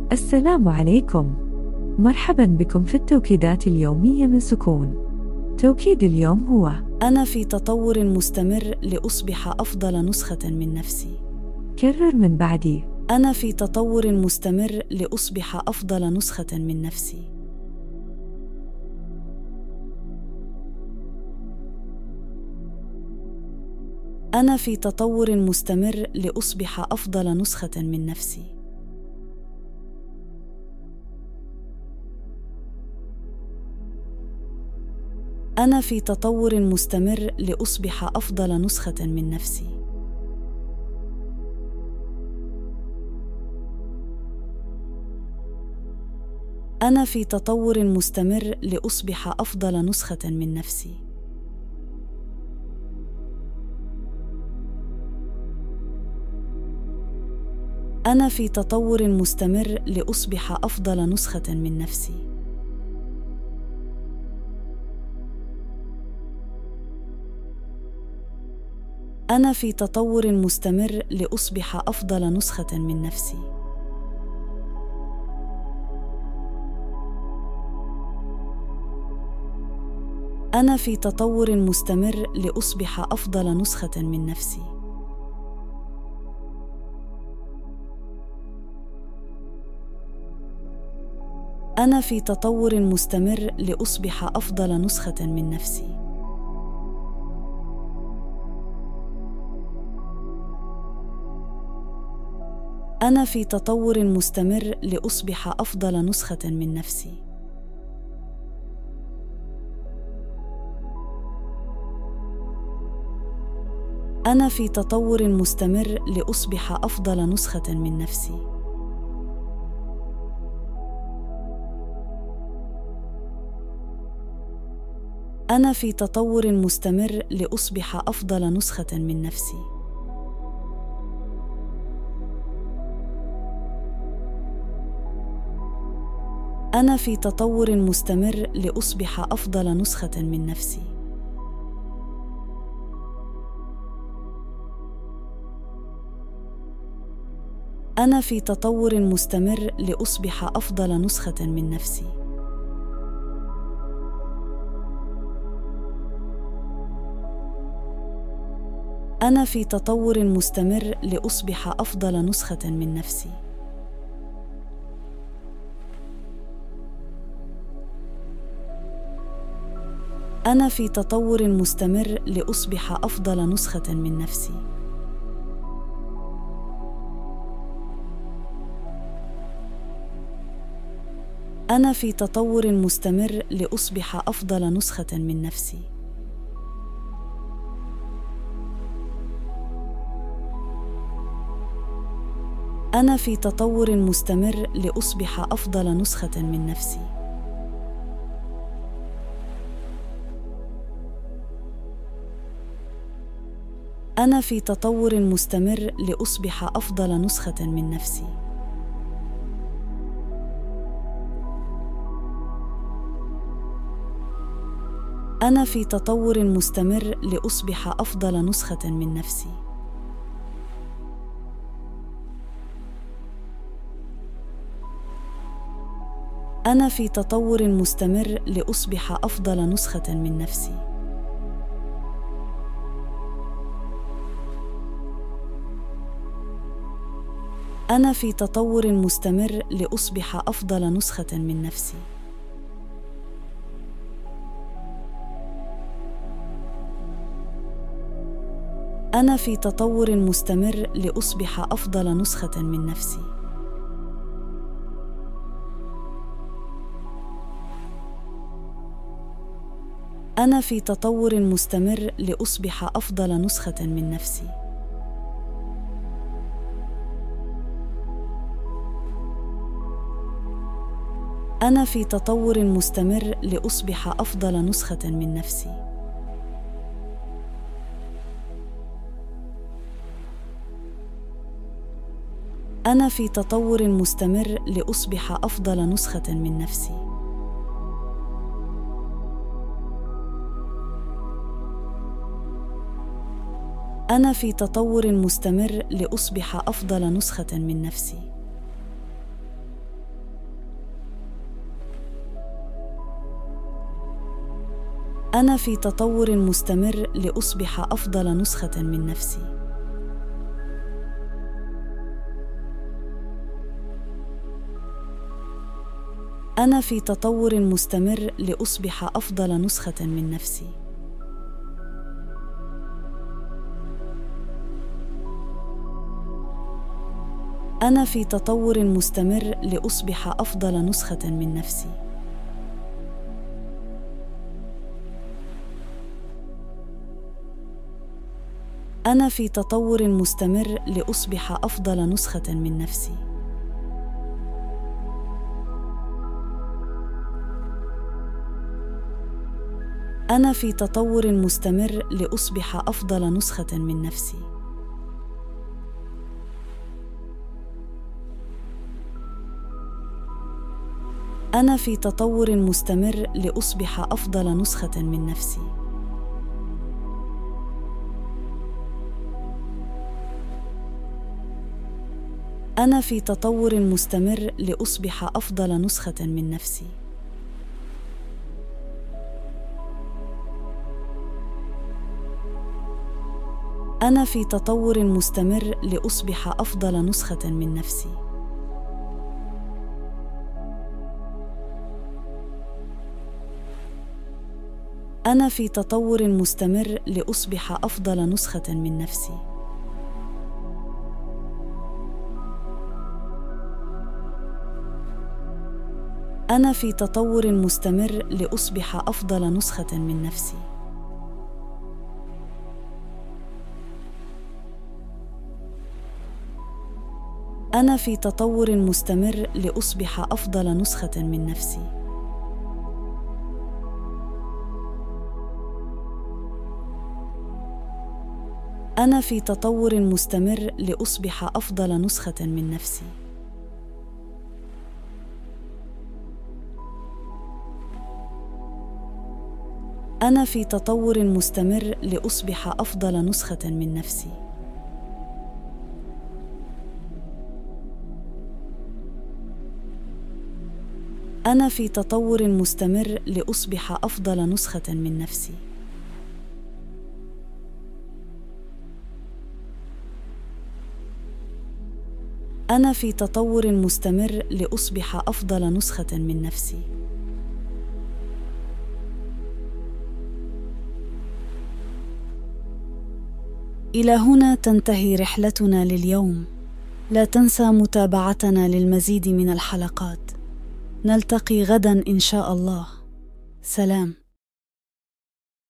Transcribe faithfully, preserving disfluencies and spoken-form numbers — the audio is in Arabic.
السلام عليكم. مرحبا بكم في التوكيدات اليومية من سكون. توكيد اليوم هو: أنا في تطور مستمر لأصبح أفضل نسخة من نفسي. كرر من بعدي: أنا في تطور مستمر لأصبح أفضل نسخة من نفسي. أنا في تطور مستمر لأصبح أفضل نسخة من نفسي. أنا في تطور مستمر لأصبح أفضل نسخة من نفسي. أنا في تطور مستمر لأصبح أفضل نسخة من نفسي. أنا في تطور مستمر لأصبح أفضل نسخة من نفسي. أنا في تطور مستمر لأصبح أفضل نسخة من نفسي. أنا في تطور مستمر لأصبح أفضل نسخة من نفسي. أنا في تطور مستمر لأصبح أفضل نسخة من نفسي. أنا في تطور مستمر لأصبح أفضل نسخة من نفسي. أنا في تطور مستمر لأصبح أفضل نسخة من نفسي. أنا في تطور مستمر لأصبح أفضل نسخة من نفسي. أنا في تطور مستمر لأصبح أفضل نسخة من نفسي. أنا في تطور مستمر لأصبح أفضل نسخة من نفسي. أنا في تطور مستمر لأصبح أفضل نسخة من نفسي. أنا في تطور مستمر لأصبح أفضل نسخة من نفسي. أنا في تطور مستمر لأصبح أفضل نسخة من نفسي. أنا في تطور مستمر لأصبح أفضل نسخة من نفسي. أنا في تطور مستمر لأصبح أفضل نسخة من نفسي. أنا في تطور مستمر لأصبح أفضل نسخة من نفسي. أنا في تطور مستمر لأصبح أفضل نسخة من نفسي. أنا في تطور مستمر لأصبح أفضل نسخة من نفسي. أنا في تطور مستمر لأصبح أفضل نسخة من نفسي. أنا في تطور مستمر لأصبح أفضل نسخة من نفسي. أنا في تطور مستمر لأصبح أفضل نسخة من نفسي. أنا في تطور مستمر لأصبح أفضل نسخة من نفسي. أنا في تطور مستمر لأصبح أفضل نسخة من نفسي. أنا في تطور مستمر لأصبح أفضل نسخة من نفسي. أنا في تطور مستمر لأصبح أفضل نسخة من نفسي. أنا في تطور مستمر لأصبح أفضل نسخة من نفسي. أنا في تطور مستمر لأصبح أفضل نسخة من نفسي. أنا في تطور مستمر لأصبح أفضل نسخة من نفسي. أنا في تطور مستمر لأصبح أفضل نسخة من نفسي. أنا في تطور مستمر لأصبح أفضل نسخة من نفسي. أنا في تطور مستمر لأصبح أفضل نسخة من نفسي. أنا في تطور مستمر لأصبح أفضل نسخة من نفسي. أنا في تطور مستمر لأصبح أفضل نسخة من نفسي. أنا في تطور مستمر لأصبح أفضل نسخة من نفسي. أنا في تطور مستمر لأصبح أفضل نسخة من نفسي. أنا في تطور مستمر لأصبح أفضل نسخة من نفسي. أنا في تطور مستمر لأصبح أفضل نسخة من نفسي. أنا في تطور مستمر لأصبح أفضل نسخة من نفسي. إلى هنا تنتهي رحلتنا لليوم. لا تنسى متابعتنا للمزيد من الحلقات. نلتقي غداً إن شاء الله. سلام.